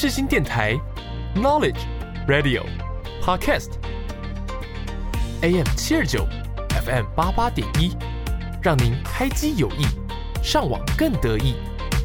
世新电台 Knowledge Radio Podcast AM 729 FM 88.1，让您开机有益，上网更得意。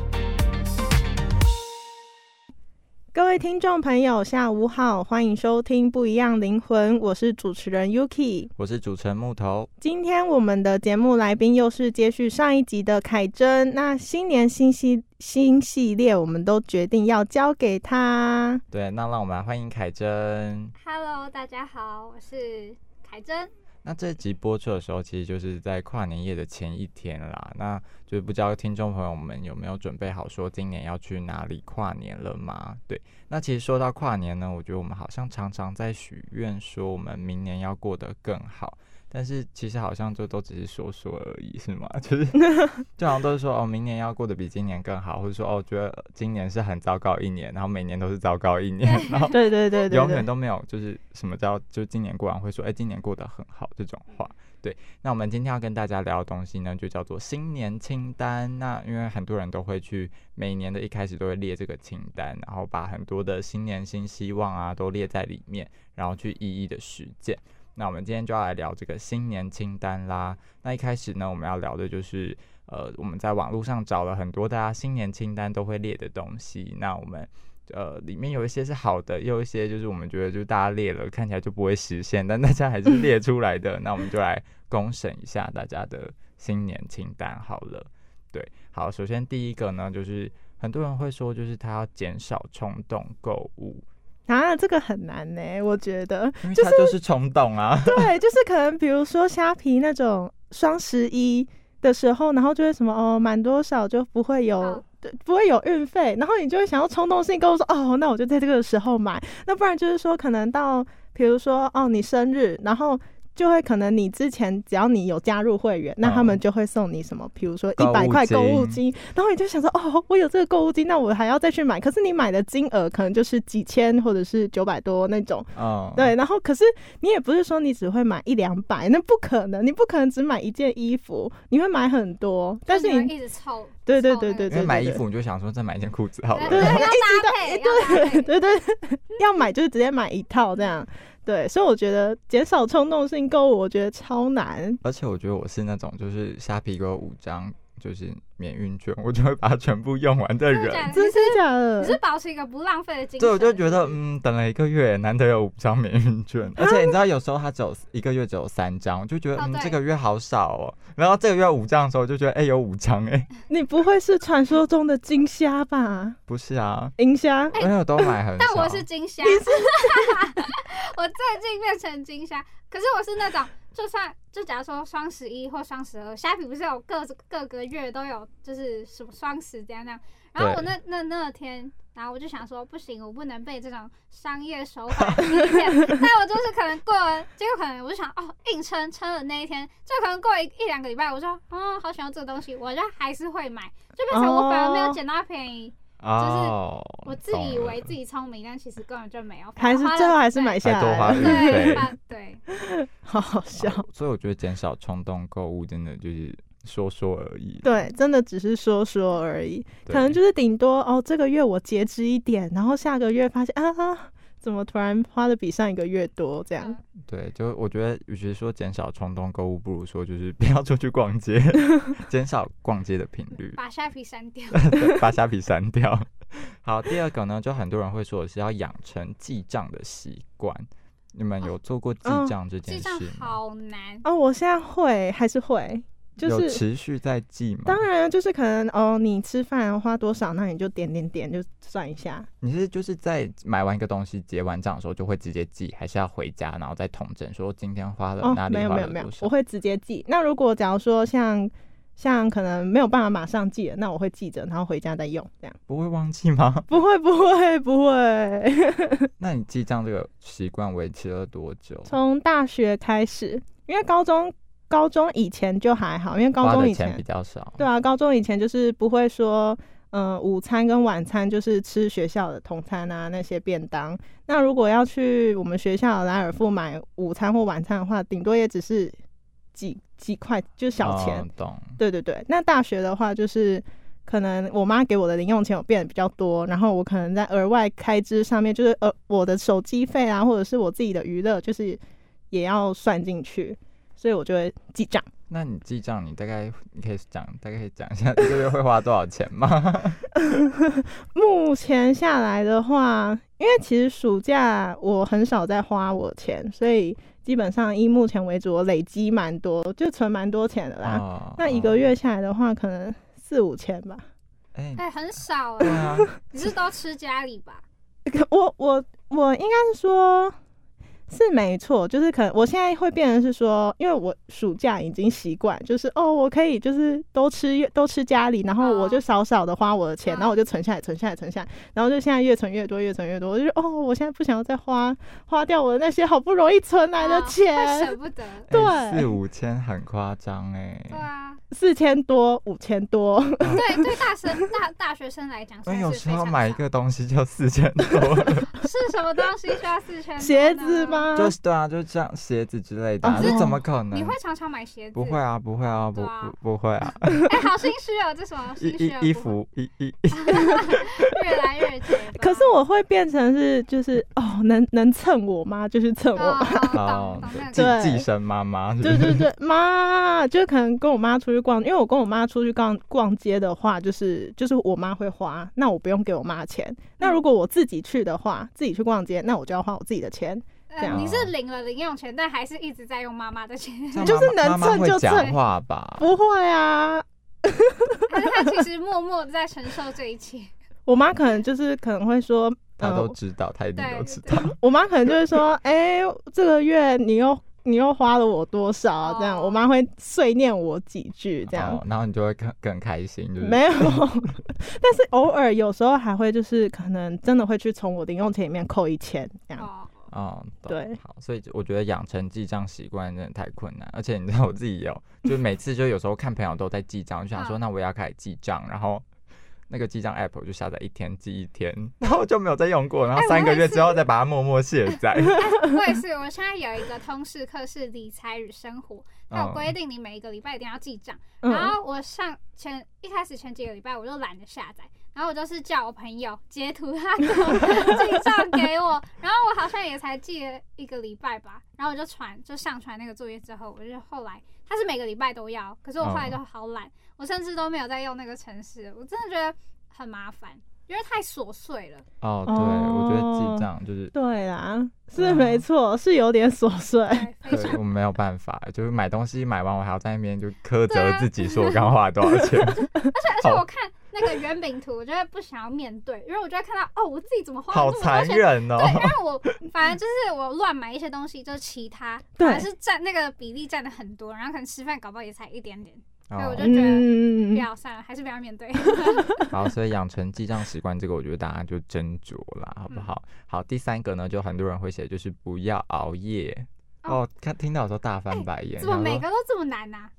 各位听众朋友下午好，欢迎收听不一样灵魂，我是主持人 Yuki， 我是主持人木头。 今天我们的节目来宾又是接续上一集的凯珍，那新年新系列我们都决定要交给他。 对，那让我们来欢迎凯珍。 Hello， 大家好，我是凯珍。 那这集播出的时候其实就是在跨年夜的前一天啦，那就是不知道听众朋友们有没有准备好说今年要去哪里跨年了吗？对，那其实说到跨年呢，我觉得我们好像常常在许愿说我们明年要过得更好，但是其实好像就都只是说说而已，是吗？就是就好像都是说明年要过得比今年更好，或者说觉得今年是很糟糕一年，然后每年都是糟糕一年，然后对， 永远都没有就是什么叫就今年过完会说今年过得很好这种话。对，那我们今天要跟大家聊的东西呢，就叫做新年清单。那因为很多人都会去每年的一开始都会列这个清单，然后把很多的新年新希望啊都列在里面，然后去一一的实践。那我们今天就要来聊这个新年清单啦。那一开始呢，我们要聊的就是我们在网络上找了很多大家新年清单都会列的东西。那我们里面有一些是好的，也有一些就是我们觉得就是大家列了看起来就不会实现，但大家还是列出来的。那我们就来公审一下大家的新年清单好了。对，好，首先第一个呢，就是很多人会说就是他要减少冲动购物。 这个很难呢，我觉得， 因为它就是冲动啊。 对，就是可能比如说虾皮那种双11的时候，然后就会什么满多少就不会有运费，然后你就会想要冲动性购物说那我就在这个时候买。那不然就是说可能到比如说你生日，然后就会可能你之前只要你有加入会员，那他们就会送你什么比如说100块购物金，然后你就想说我有这个购物金，那我还要再去买，可是你买的金额可能就是几千或者是900多那种。对，然后可是你也不是说你只会买100-200，那不可能，你不可能只买一件衣服，你会买很多，但是你一直凑。 对， 因为买衣服你就想说再买一件裤子好了， 对，要搭配， 对，要买就是直接买一套这样。对，所以我觉得减少冲动性购物，我觉得超难。 而且我觉得我是那种就是虾皮给我5张就是免运券，我就会把它全部用完的人。 真的假的？ 你是保持一个不浪费的精神。 对，我就觉得等了1个月，难得有5张免运券，而且你知道有时候它只有1个月只有3张，我就觉得这个月好少哦。然后这个月5张的时候，就觉得有5张你不会是传说中的金虾吧？ 不是啊， 银虾。 因为我都买很少。 但我是金虾。我最近变成金虾，可是我是那种就假如说双11或双12，虾皮不是有各个月都有就是什么双10这样，然后我那天，然后我就想说不行，我不能被这种商业手法欺骗。那我就是可能过了，结果可能我就想硬撑了那一天，就可能过1-2个礼拜，我说好喜欢这个东西，我就还是会买，就变成我反而没有捡到便宜。就是我自以为自己聪明，但其实根本就没有， 最后还是买下来了。 对， 好好笑。 所以我觉得减少冲动购物真的就是说说而已。 对，真的只是说说而已，可能就是顶多这个月我节制一点，然后下个月发现怎么突然花的比上一个月多这样。 对，就我觉得与其说减少冲动购物，不如说就是不要出去逛街，减少逛街的频率， 把虾皮删掉。 对，把虾皮删掉。好，第二个呢，就很多人会说的是要养成记账的习惯。你们有做过记账这件事吗？ 记账好难我现在还是会。就是有持续在记吗？ 当然就是可能你吃饭花多少，那你就点就算一下。 你是就是在买完一个东西结完账的时候就会直接记，还是要回家然后再统整说今天花了哪里花了多少？ 没有，我会直接记。那如果假如说像可能没有办法马上记了，那我会记着，然后回家再用，这样。 不会忘记吗？ 不会。 那你记账这个习惯维持了多久？ 从大学开始，因为高中以前就还好，因为高中以前花的钱比较少。 对啊，高中以前就是不会说午餐跟晚餐就是吃学校的同餐啊，那些便当。那如果要去我们学校的莱尔富买午餐或晚餐的话，顶多也只是几块，就是小钱。 懂。 对。那大学的话就是可能我妈给我的零用钱有变得比较多，然后我可能在额外开支上面，就是我的手机费啊，或者是我自己的娱乐，就是也要算进去，所以我就会记账。 那你记账，你大概可以讲一下这个月会花多少钱吗？ 目前下来的话，因为其实暑假我很少在花我钱，所以基本上以目前为止，我累积蛮多，就存蛮多钱的啦。那一个月下来的话，可能4-5千吧。 很少对啊， 你是都吃家里吧？ 我应该是说。是没错，就是可能我现在会变成是说，因为我暑假已经习惯，就是我可以就是都吃家里，然后我就少少的花我的钱，然后我就存下来，然后就现在越存越多，我就我现在不想要再花掉我的那些好不容易存来的钱， 会舍不得。 对 ，4-5千很夸张对啊 ，4000多5000多， 对大学生来讲， 因为有时候买一个东西就4000多了。 是什么东西需要4000？ 鞋子吗？ 就是对啊，就这样鞋子之类的，这怎么可能？ 你会常常买鞋子？ 不会啊，不会啊。 好心虚哦，这什么心虚？ 衣服越来越绝。 可是我会变成是就是能蹭我妈就是蹭我妈， 寄生妈妈。 对，妈就可能跟我妈出去逛，因为我跟我妈出去逛街的话，就是我妈会花，那我不用给我妈钱。那如果我自己去的话，自己去逛街，那我就要花我自己的钱。 你是领了零用钱，但还是一直在用妈妈的钱， 就是能蹭就蹭。 妈妈会讲话吧？ 不会啊， 还是她其实默默的在承受这一切。 我妈可能会说， 她都知道，她一定都知道。 我妈可能就会说，这个月你又花了我多少？这样，我妈会碎念我几句，这样， 然后你就会更开心，就是没有。但是偶尔有时候还会就是可能真的会去从我零用钱里面扣1000这样。 对，好，所以我觉得养成记账习惯真的太困难，而且你知道我自己就每次就有时候看朋友都在记账，就想说那我也要开始记账，然后那个记账 app 我就下载1天记1天，然后就没有再用过，然后3个月之后再把它默默卸载。 我也是，我现在有一个通识课是理财与生活，它有规定你每一个礼拜一定要记账，然后我一开始前几个礼拜我就懒得下载。然后我就是叫我朋友截图他给我记账给我，然后我好像也才记了1个礼拜吧，然后我就上传那个作业之后，我就后来他是每个礼拜都要，可是我后来就好懒，我甚至都没有在用那个程式，我真的觉得很麻烦，因为太琐碎了。 对，我觉得记账就是对啦，是没错，是有点琐碎。 对，我没有办法，就是买东西买完我还要在那边就苛责自己，说我刚花了多少钱。 而且我看那个圆饼图，我就会不想要面对，因为我就会看到我自己怎么花好残忍哦。 对，因为我反正就是我乱买一些东西，就是其他反而是占那个比例占的很多，然后可能吃饭搞不好也才一点点。所以我就觉得不要算了，还是不要面对。 好，所以养成记账习惯，这个我觉得大家就斟酌啦，好不好？好，第3个呢，就很多人会写，就是不要熬夜。听到的时候大翻白眼， 怎么每个都这么难啊？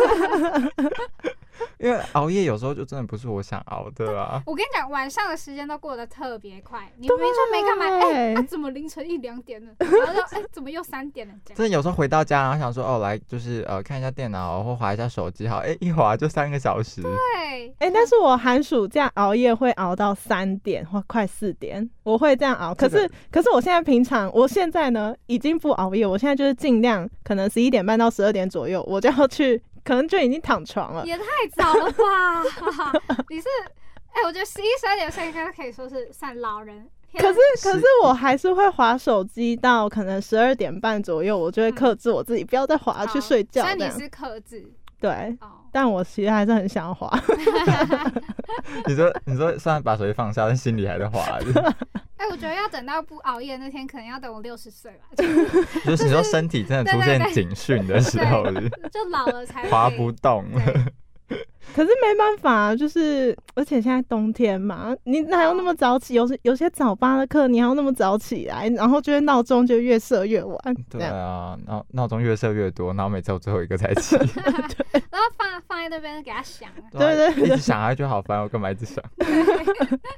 因为熬夜有时候就真的不是我想熬的啊。 我跟你讲，晚上的时间都过得特别快，你明明就没干嘛，怎么凌晨1-2点了？然后就怎么又3点了？ 真的有时候回到家，然后想说来就是看一下电脑或滑一下手机，好一滑就3个小时。 对， 但是我寒暑假熬夜会熬到3点或快4点，我会这样熬。可是我现在我现在呢已经不熬夜，我现在就是尽量可能11点半到12点左右，我就要去。可能就已经躺床了， 也太早了吧？你是我觉得11、12点睡应该可以说是算老人。 可是我还是会滑手机到可能12点半左右，我就会克制我自己，不要再滑去睡觉。 所以你是克制？ 对，但我其实还是很想要滑。 你说虽然把手机放下，但心里还在滑。 我觉得要等到不熬夜那天，可能要等我60岁吧。 就是你说身体真的出现警讯的时候， 就老了才滑不动了。 可是没办法，就是而且现在冬天嘛，你哪有那么早起？有些早8的课，你还要那么早起来，然后就会闹钟就越设越晚。 对啊，闹钟越设越多，然后每次我最后一个才起。 然后放在那边给他响。 对， 一直响，他就好烦，我干嘛一直响？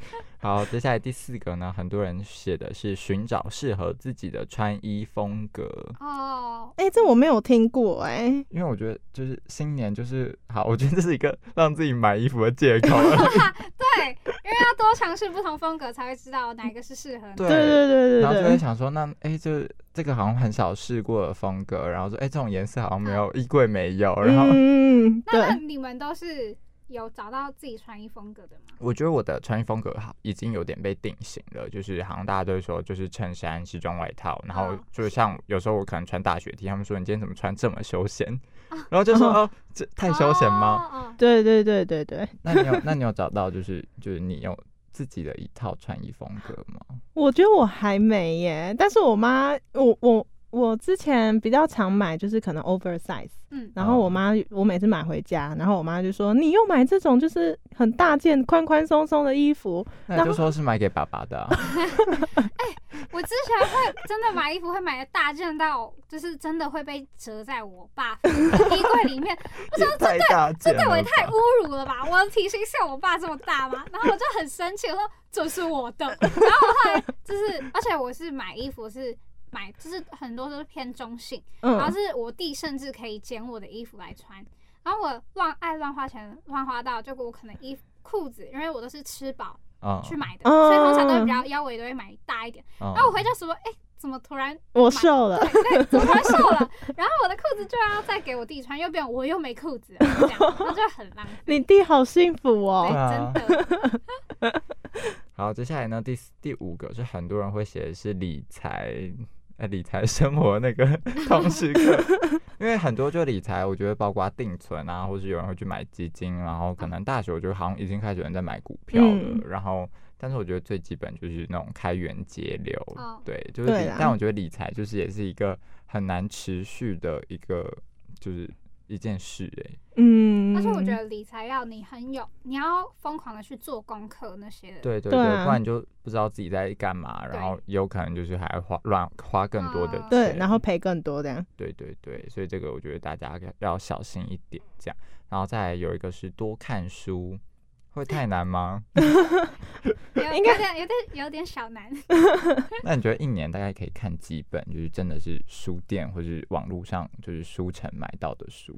好，接下来第4个呢，很多人写的是寻找适合自己的穿衣风格。 哦， 这我没有听过因为我觉得就是新年就是好，我觉得这是一个让自己买衣服的借口。 对，因为要多尝试不同风格，才会知道哪一个是适合你。 对对， 然后就会想说，那就这个好像很少试过的风格，然后说这种颜色好像没有衣柜没有，然后那你们都是有找到自己穿衣风格的吗？ 我觉得我的穿衣风格已经有点被定型了，就是好像大家都会说就是衬衫、西装外套，然后就像有时候我可能穿大学 T， 他们说你今天怎么穿这么休闲，然后就说这太休闲吗？ 对。 那你有找到就是你有自己的一套穿衣风格吗？ 我觉得我还没耶，但是我妈我之前比较常买就是可能 oversize，然后我每次买回家，然后我妈就说你又买这种就是很大件宽宽松松的衣服， 那你就说是买给爸爸的啊。 我之前会真的买衣服会买的大件到就是真的会被折在我爸衣柜里面，我想这对我也太侮辱了吧，我的体型像我爸这么大吗？然后我就很生气，我说这是我的，然后我后来就是而且我是买衣服是买就是很多都是偏中性，然后是我弟甚至可以捡我的衣服来穿，然后我乱花钱，乱花到就我可能裤子，因为我都是吃饱去买的，所以通常都会比较腰围都会买大一点，然后我回家说怎么突然我瘦了？ 对，怎么突然瘦了？然后我的裤子就要再给我弟穿，又变我又没裤子了，这样那就很浪费。 你弟好幸福哦， 对，真的。 好，接下来呢，第5个是很多人会写的是理财生活那个通识课，因为很多就理财，我觉得包括定存啊，或是有人会去买基金，然后可能大学我觉得好像已经开始有人在买股票了，然后但是我觉得最基本就是那种开源节流，对，就是但我觉得理财就是也是一个很难持续的一个就是一件事而且我觉得理财你要疯狂的去做功课那些的， 对，不然你就不知道自己在干嘛，然后有可能就是还花更多的钱， 对，然后赔更多这样， 对，所以这个我觉得大家要小心一点这样，然后再来有一个是多看书。会太难吗？ 应该有点小难。 那你觉得一年大概可以看几本？就是真的是书店或是网络上就是书城买到的书？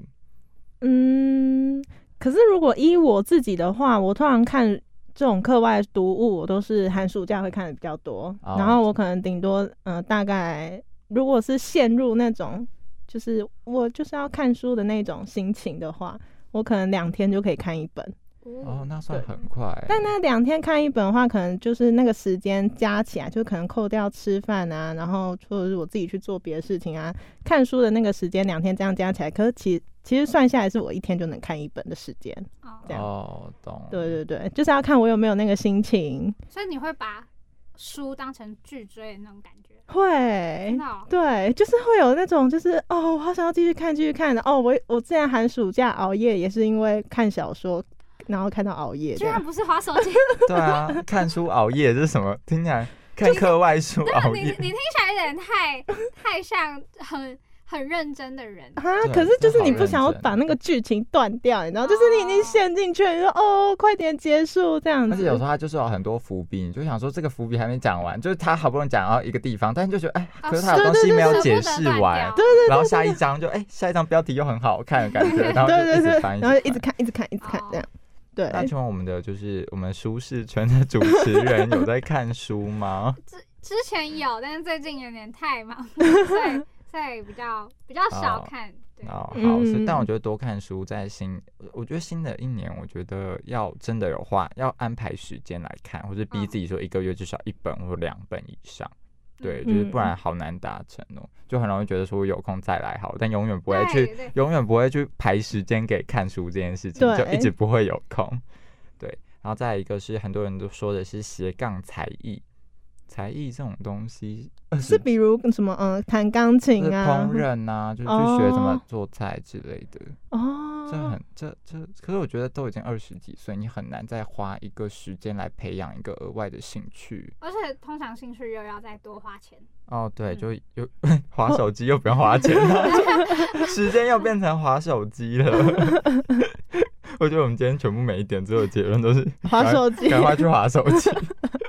可是如果依我自己的话，我通常看这种课外读物，我都是寒暑假会看的比较多，然后我可能顶多大概如果是陷入那种就是我就是要看书的那种心情的话，我可能2天就可以看一本。 那算很快但那2天看一本的话，可能就是那个时间加起来，就可能扣掉吃饭啊，然后或者是我自己去做别的事情啊，看书的那个时间2天这样加起来，可是其实算下来是我1天就能看一本的时间。这样懂。 对，就是要看我有没有那个心情。 所以你会把书当成剧追的那种感觉？ 会，对，就是会有那种就是我好想要继续看的。我之前寒暑假熬夜也是因为看小说。然后看到熬夜， 居然不是滑手机。 对啊，看书熬夜这是什么？听起来看课外书熬夜， 你听起来有点太像很认真的人可是就是你不想要把那个剧情断掉，你知道，就是你已经陷进去了，你说快点结束这样子。 而且有时候他就是有很多伏笔，你就想说这个伏笔还没讲完，就是他好不容易讲到一个地方，但是就觉得可是他有东西没有解释完， 对， 然后下一章就下一章标题又很好看的感觉，然后就一直翻， 然后一直看这样。对， 那请问我们的就是我们舒适圈的主持人有在看书吗？ 之前有，但是最近有点太忙，所以比较少看。 好，但我觉得多看书，我觉得新的一年，我觉得要真的要安排时间来看，或者逼自己说1个月至少1本或2本以上。对，就是不然好难达成就很容易觉得说我有空再来好，但永远不会去排时间给看书这件事情，就一直不会有空。对，然后再来一个是很多人都说的是斜杠才艺这种东西是比如什么弹钢琴啊、 烹饪啊，就是去学怎么做菜之类的。可是我觉得都已经20几岁，你很难再花一个时间来培养一个额外的兴趣， 而且通常兴趣又要再多花钱。 对，就又滑手机又不用花钱了，时间又变成滑手机了。我觉得我们今天全部每一点最后结论都是滑手机， 赶快去滑手机。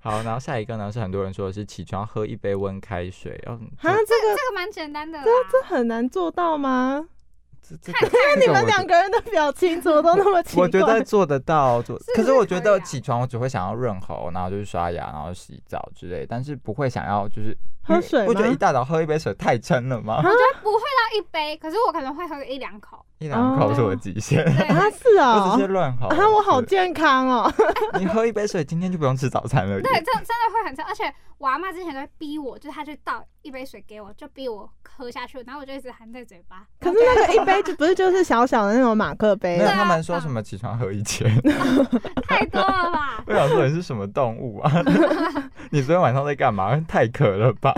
好，然后下一个呢是很多人说的是起床喝一杯温开水， 哈， 这个蛮简单的啦， 这很难做到吗？ 这因为你们两个人的表情怎么都那么奇怪？ 我觉得做得到，可是我觉得可以啊起床我只会想要润喉，然后就是刷牙，然后洗澡之类，但是不会想要就是喝水吗？ 我觉得一大早喝一杯水太撑了吗？ 我觉得不会到一杯，可是我可能会喝一两口。 一两口是我的极限。 对啊，是我只是哦， 乱吼。 啊，我好健康哦。 你喝一杯水，今天就不用吃早餐了。 对，真的会很撑，而且我阿嬷之前都会逼我，就是她就倒一杯水给我，就逼我喝下去，然后我就一直含在嘴巴。 可是那个一杯就不是就是小小的那种马克杯没有， 啊？ 他们说什么起床喝1000， 太多了吧？ 我想说你是什么动物啊？你昨天晚上在干嘛？太渴了吧？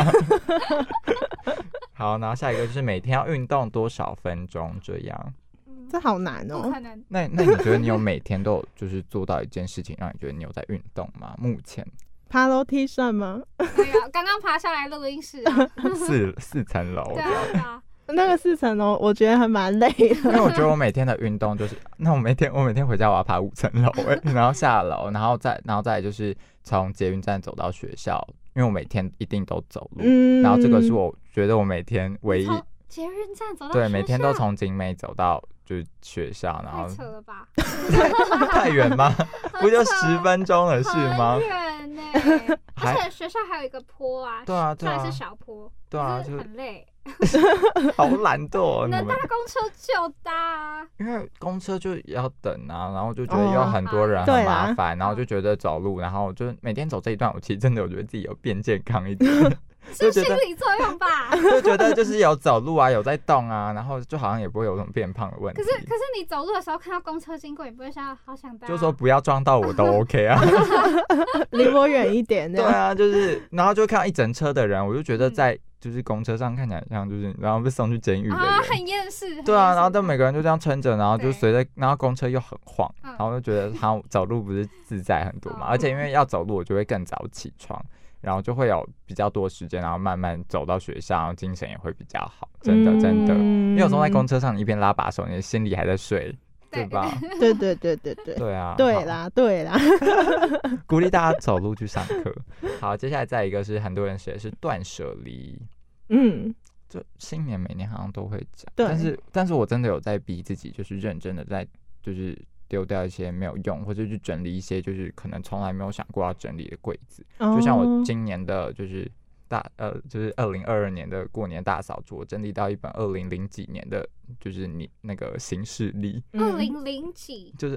好，然后下一个就是每天要运动多少分钟这样。 这好难哦。 不可能。 那你觉得你有每天都有就是做到一件事情，让你觉得你有在运动吗？目前爬楼梯算吗？ 没有，刚刚爬下来录音室啊。 四层楼对啊对啊， 那个4层楼，我觉得还蛮累因的。 为我觉得我每天的运动就是，那我每天回家我要爬5层楼然后下楼，然后再来就是从捷运站走到学校，因为我每天一定都走路，然后这个是我觉得我每天唯一从捷运站走到对学校每天都从景美走到就是学校，然后太扯了吧？ 太远吗？不就10分钟的事吗很？远呢， 还而且学校还有一个坡啊， 对啊对啊虽然是小坡， 对啊， 可就是是很累， 好懒惰、你们能搭公车就搭啊。 因为公车就要等啊，然后就觉得有很多人对很啦麻烦，然后就觉得走路，然后就每天走这一段，我其实真的我觉得自己有变健康一点， 是心就觉得理作用吧？ 就觉得就是有走路啊，有在动啊，然后就好像也不会有什么变胖的问题。 可是你走路的时候看到公车经过，你不会想好想搭？ 就说不要撞到我都 OK 啊。 离我远一点。 对啊，就是然后就看到一整车的人，我就觉得在就是公车上看起来像就是然后被送去监狱的人。 啊，很厌世。 对啊，然后都但每个人就这样撑着，然后就对随着，然后公车又很晃， 嗯然后就觉得他走路不是自在很多嘛，而且因为要走路，我就会更早起床，然后就会有比较多时间，然后慢慢走到学校，然后精神也会比较好，真的真的。因为有时候在公车上，你一边拉把手，你的心里还在睡，对吧？ 对对啊， 对啦对啦。 好，鼓励大家走路去上课。好，接下来再一个是很多人写的是断舍离。就新年每年好像都会讲， 对， 但是我真的有在逼自己，就是认真的在就是丢掉一些没有用，或者去整理一些就是可能从来没有想过要整理的柜子。就像我今年的就是就是2022年的过年大扫除，我整理到一本2000几年的，就是你那个行事历 2000几， 就是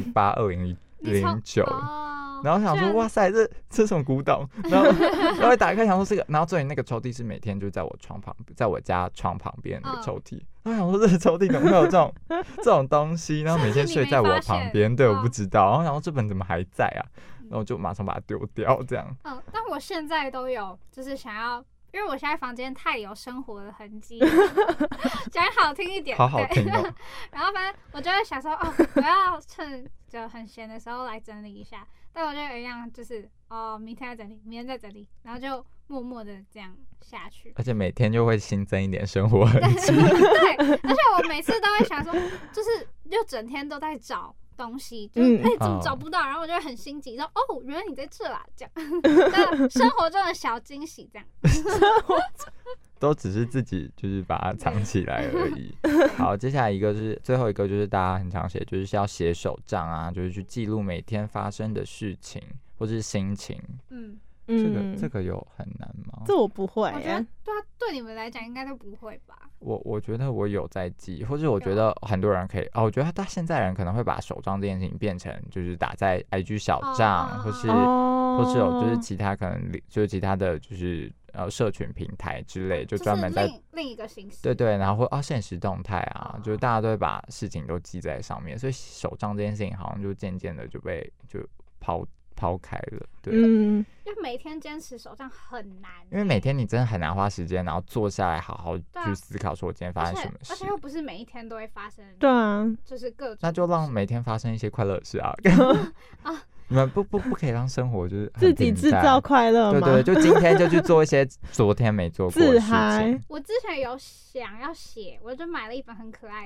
2008、2009。然后想说，哇塞，这什么古董？然后一打开想说这个，然后这里那个抽屉是每天就在我床旁，在我家床旁边那个抽屉。然后想说这个抽屉怎么会有这种东西？然后每天睡在我旁边，对，我不知道。然后想说这本怎么还在啊？然后就马上把它丢掉，这样。 但我现在都有，就是想要。因为我现在房间太有生活的痕迹，讲好听一点， 好好听哦。 然后反正我就会想说，我要趁就很闲的时候来整理一下。但我就有一样，就是明天再整理，明天再整理，然后就默默的这样下去。 而且每天就会新增一点生活痕迹。 对，而且我每次都会想说，就是就整天都在找东西，就怎么找不到，然后我就会很心急，说原来你在这啊，这样。那生活中的小惊喜，这样。 都只是自己就是把它藏起来而已。好，接下来最后一个就是大家很常写，就是要写手账啊，就是去记录每天发生的事情或是心情。这个有很难吗？ 这我不会。 我觉得对你们来讲应该都不会吧。 我觉得我有在记，或者我觉得很多人可以我觉得他现在人可能会把手账这件事情变成就是打在 IG 小账，或是有就是其他可能就是其他的就是社群平台之类，就专门在另一个形式。 对，然后或现实动态啊，就是大家都会把事情都记在上面，所以手账这件事情好像就渐渐的就被抛开了。对， 因为每天坚持手账很难， 因为每天你真的很难花时间，然后坐下来好好去思考说我今天发生什么事， 而且又不是每一天都会发生。 对啊， 就是各种， 那就让每天发生一些快乐的事啊。你们不可以让生活就是自己制造快乐吗？ 对，就今天就去做一些昨天没做过的事情。 自嗨。 我之前有想要写，我就买了一本很可爱的，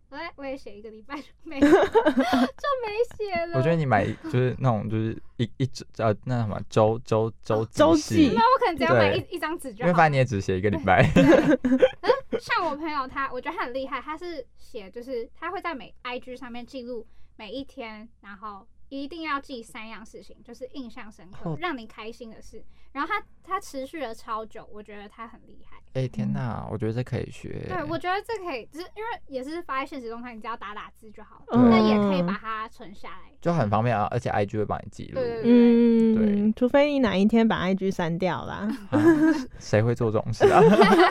我也写1个礼拜就没写了。 我觉得你买就是那种就是一那什么周记， 那我可能只要买一张纸就好， 因为反正你也只写1个礼拜。 像我朋友我觉得他很厉害，他是写就是他会在IG 上面记录每一天，然后一定要记3样事情，就是印象深刻、让你开心的事。然后他持续了超久，我觉得他很厉害。 天哪，我觉得这可以学。 对，我觉得这可以，只是因为也是发在现实动态，你只要打字就好了。那也可以把它存下来， 就很方便啊，而且 IG 会帮你记录。 对，除非你哪一天把 IG 删掉啦。 谁会做这种事啊？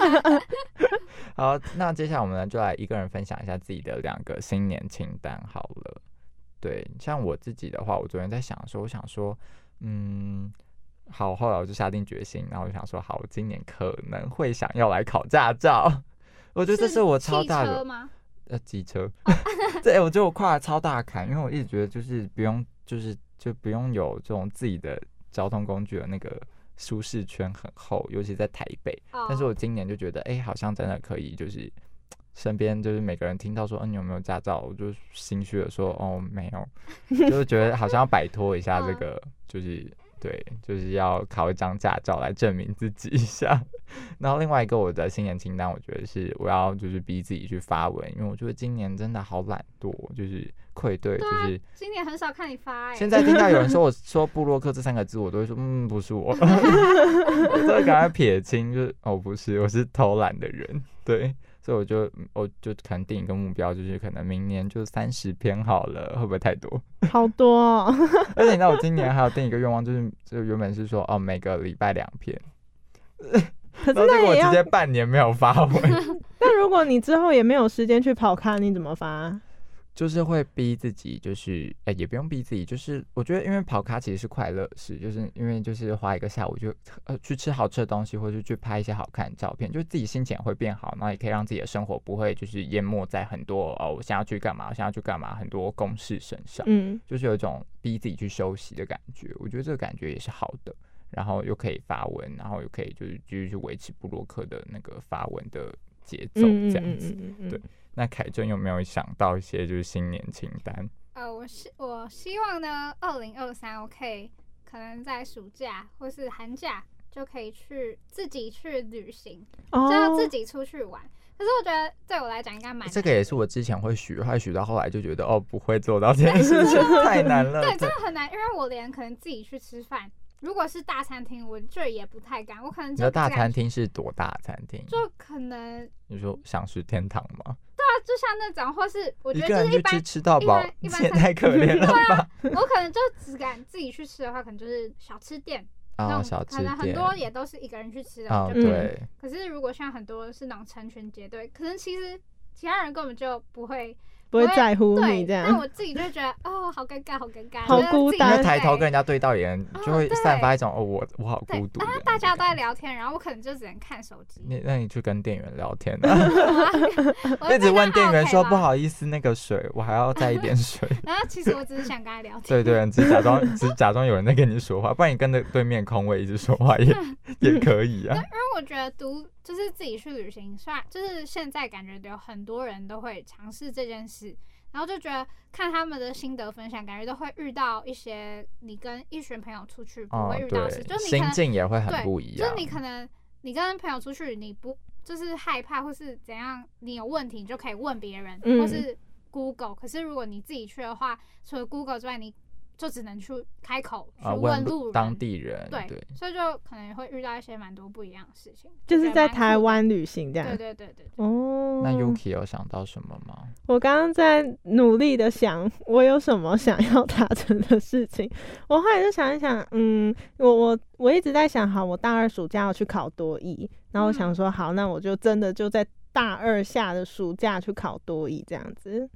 好，那接下来我们呢就来一个人分享一下自己的2个新年清单好了。对，像我自己的话，我昨天在想的时候，我想说，好，后来我就下定决心，然后我就想说，好，我今年可能会想要来考驾照。我觉得这是我超大的汽车吗？ 机车。对，我觉得我跨了超大坎，因为我一直觉得就是不用，就不用有这种自己的交通工具的那个舒适圈很厚，尤其在台北。但是我今年就觉得，好像真的可以，就是身边就是每个人听到说，你有没有驾照？我就心虚的说，没有，就是觉得好像要摆脱一下这个，就是对，就是要考一张驾照来证明自己一下。然后另外一个我的新年清单，我觉得是我要就是逼自己去发文，因为我觉得今年真的好懒惰，就是愧对，就是今年很少看你发。 现在听到有人说我说部落客这3个字，我都会说不是我，我都会赶快撇清，就是不是，我是偷懒的人，对。所以我就可能定一个目标，就是可能明年就30篇好了，会不会太多？ 好多哦！ 而且你知道我今年还有定一个愿望，就原本是说每个礼拜2篇， 可是然后结果我直接半年没有发文。 但如果你之后也没有时间去跑咖，你怎么发？ 就是会逼自己，就是也不用逼自己，就是我觉得因为跑咖其实是快乐的事，就是因为就是花一个下午就去吃好吃的东西，或者去拍一些好看的照片，就自己心情会变好，然后也可以让自己的生活不会就是淹没在很多我想要去干嘛，我想要去干嘛很多公事身上，就是有一种逼自己去休息的感觉，我觉得这个感觉也是好的，然后又可以发文，然后又可以就是继续去维持部落客的那个发文的节奏这样子，对。那凯珍有没有想到一些就是新年清单？ 我希望呢，2023我可能在暑假或是寒假就可以自己去旅行，就要自己出去玩。可是我觉得对我来讲应该蛮难的。 这个也是我之前会许，后来许到后来就觉得不会做到这件事情，太难了。 对，真的很难，因为我连可能自己去吃饭。如果是大餐厅，我这也不太敢，我可能就。 你的大餐厅是多大餐厅？ 就可能你说享食天堂吗？ 对啊，就像那种，或是我觉得就是一般吃到饱，也太可怜了吧？ 对啊，我可能就只敢自己去吃的话，可能就是小吃店。 小吃店可能很多也都是一个人去吃的， 对。 可是如果像很多是那种成群结队，可能其实其他人根本就不会在乎你这样。 但我自己就觉得好尴尬，好尴尬， 好孤单。 因为抬头跟人家对到眼，就会散发一种我好孤独。 大家都在聊天，然后我可能就只能看手机。 那你去跟店员聊天啊？一直问店员说不好意思，那个水我还要再一点水。 然后其实我只是想跟他聊天。 对，只是假装有人在跟你说话，不然你跟着对面空位一直说话也可以啊。 因为我觉得就是自己去旅行，虽然就是现在感觉有很多人都会尝试这件事，然后就觉得看他们的心得分享，感觉都会遇到一些你跟一群朋友出去不会遇到的事，就是你心境也会很不一样。 就是你可能你跟朋友出去，你不就是害怕或是怎样，你有问题你就可以问别人，或是 Google。可是如果你自己去的话，除了 Google 之外，你就只能去开口去问路人、 当地人， 对，所以就可能会遇到一些蛮多不一样的事情。 就是在台湾旅行这样。 对。 那 Yuki 有想到什么吗？ 我刚刚在努力的想，我有什么想要达成的事情。我后来就想一想，我一直在想，好，我大2暑假要去考多益，然后我想说，好，那我就真的就在大2下的暑假去考多益这样子。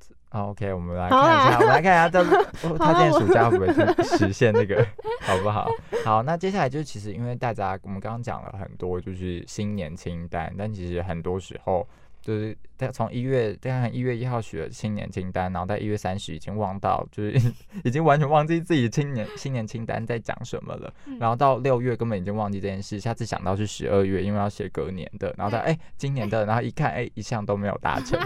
OK， 我们来看一下，他今年暑假会不会去实现这个，好不好？好，那接下来就其实因为大家我们刚刚讲了很多就是新年清单，但其实很多时候就是从1月1号许了新年清单，然后在1月30已经忘到，就是已经完全忘记自己新年清单在讲什么了，然后到6月根本已经忘记这件事，下次想到是12月，因为要写隔年的，然后今年的，然后一看一项都没有达成。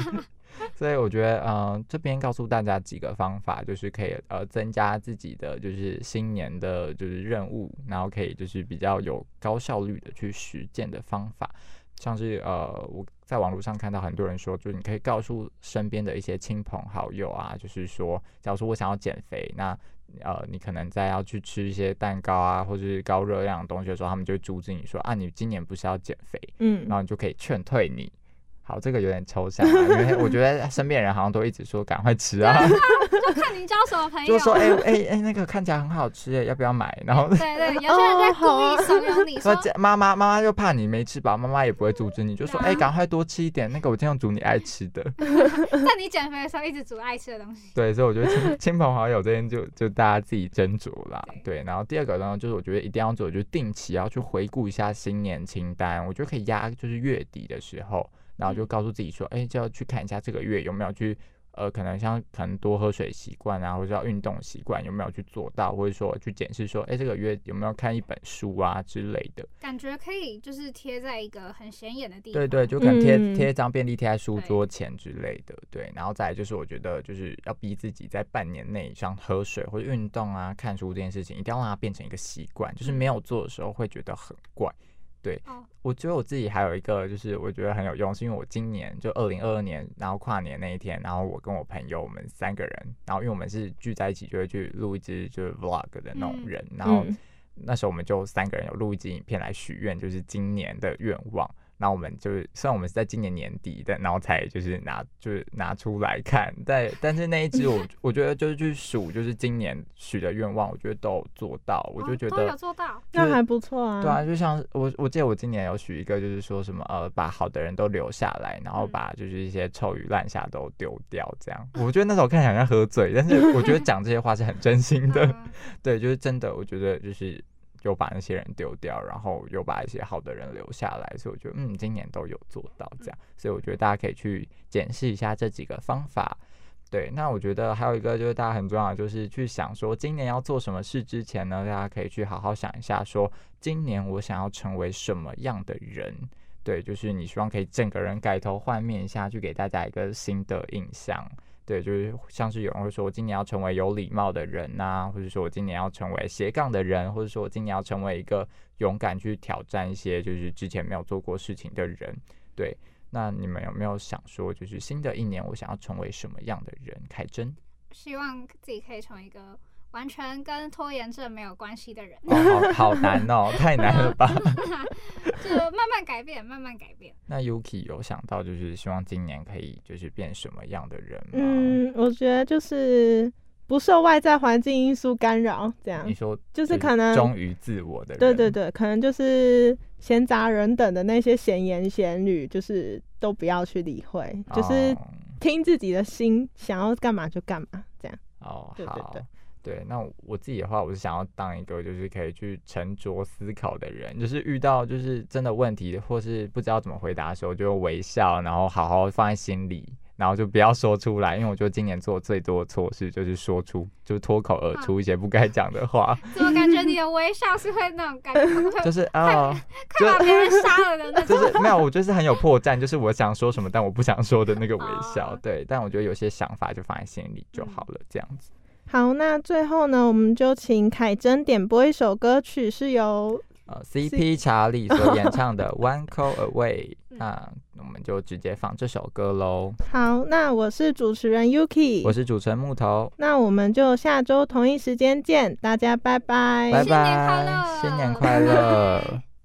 所以我觉得这边告诉大家几个方法，就是可以增加自己的就是新年的就是任务，然后可以就是比较有高效率的去实践的方法。像是我在网络上看到很多人说，就是你可以告诉身边的一些亲朋好友啊，就是说假如说我想要减肥，那你可能在要去吃一些蛋糕啊或者是高热量的东西的时候，他们就会阻止你说啊，你今年不是要减肥，然后你就可以劝退你。好，这个有点抽象因为我觉得身边人好像都一直说赶快吃啊， 就看你交什么朋友， 就说那个看起来很好吃要不要买？然后对，有些人在故意怂恿你说妈妈就怕你没吃饱，妈妈也不会阻止你，就说赶快多吃一点，那个我今天煮你爱吃的。 在你减肥的时候一直煮爱吃的东西。对， 所以我觉得亲朋好友这边就大家自己斟酌啦。对，然后第二个呢，就是我觉得一定要做，就是定期要去回顾一下新年清单，我觉得可以压就是月底的时候。然后就告诉自己说，就要去看一下这个月有没有去，可能多喝水习惯啊，或者要运动习惯有没有去做到，或者说去检视说，这个月有没有看一本书啊之类的。 感觉可以就是贴在一个很显眼的地方。 对，就可能贴一张便利贴在书桌前之类的。对，然后再来就是我觉得就是要逼自己在半年内，像喝水或者运动啊、看书这件事情，一定要让它变成一个习惯，就是没有做的时候会觉得很怪。对，我觉得我自己还有一个就是我觉得很有用，是因为我今年就2022年，然后跨年那一天，然后我跟我朋友我们3个人，然后因为我们是聚在一起就会去录一支就是 vlog 的那种人，然后那时候我们就3个人有录一支影片来许愿，就是今年的愿望。那我们就是虽然我们是在今年年底的，然后才就是拿出来看，但是那一支我觉得就是去数，就是今年许的愿望，我觉得都有做到，我就觉得都有做到， 那还不错啊。 对啊，就像我记得我今年有许一个，就是说什么把好的人都留下来，然后把就是一些臭鱼烂虾都丢掉，这样。我觉得那时候看起来好像喝醉，但是我觉得讲这些话是很真心的，对，就是真的，我觉得就是有把那些人丢掉，然后有把一些好的人留下来，所以我觉得今年都有做到这样，所以我觉得大家可以去检视一下这几个方法。对，那我觉得还有一个就是大家很重要的，就是去想说今年要做什么事之前呢，大家可以去好好想一下，说今年我想要成为什么样的人。对，就是你希望可以整个人改头换面一下，去给大家一个新的印象。对，就是像是有人会说我今年要成为有礼貌的人啊，或者说我今年要成为斜杠的人，或者说我今年要成为一个勇敢去挑战一些就是之前没有做过事情的人。对，那你们有没有想说就是新的一年我想要成为什么样的人？凯珍希望自己可以成为一个完全跟拖延症没有关系的人。 好难哦，太难了吧就慢慢改变，慢慢改变。 那 Yuki 有想到就是希望今年可以就是变什么样的人吗？ 我觉得就是不受外在环境因素干扰，这样。 你说就是可能忠于自我的人。 对，可能就是闲杂人等的那些闲言闲语，就是都不要去理会，就是听自己的心想要干嘛就干嘛，这样。 对，那我自己的话，我是想要当一个就是可以去沉着思考的人，就是遇到就是真的问题或是不知道怎么回答的时候，就微笑，然后好好放在心里，然后就不要说出来，因为我觉得今年做最多的错事就是就是脱口而出一些不该讲的话。 怎么感觉你的微笑是会那种感觉， 就是快把别人杀了的那种？ 就是没有，我就是很有破绽，就是我想说什么但我不想说的那个微笑。对，但我觉得有些想法就放在心里就好了，这样子。 好，那最后呢，我们就请凯珍点播一首歌曲，是由 CP 查理所演唱的 One Call Away。那我们就直接放这首歌咯。 好，那我是主持人 Yuki， 我是主持人木头。 那我们就下周同一时间见，大家拜拜， 拜拜，新年快乐。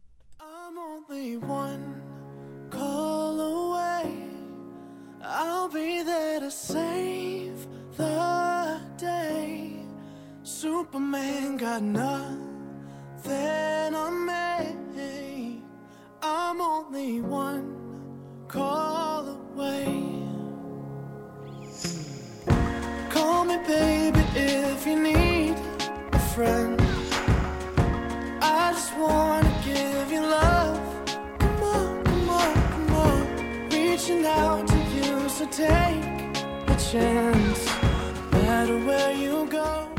I'm only one call away. I'll be there to save the day. Superman got nothing on me. I'm only one call away. Call me baby if you need a friend. I just wanna give you love. Come on, come on, come on. Reaching out to you, so take a chance. No matter where you go.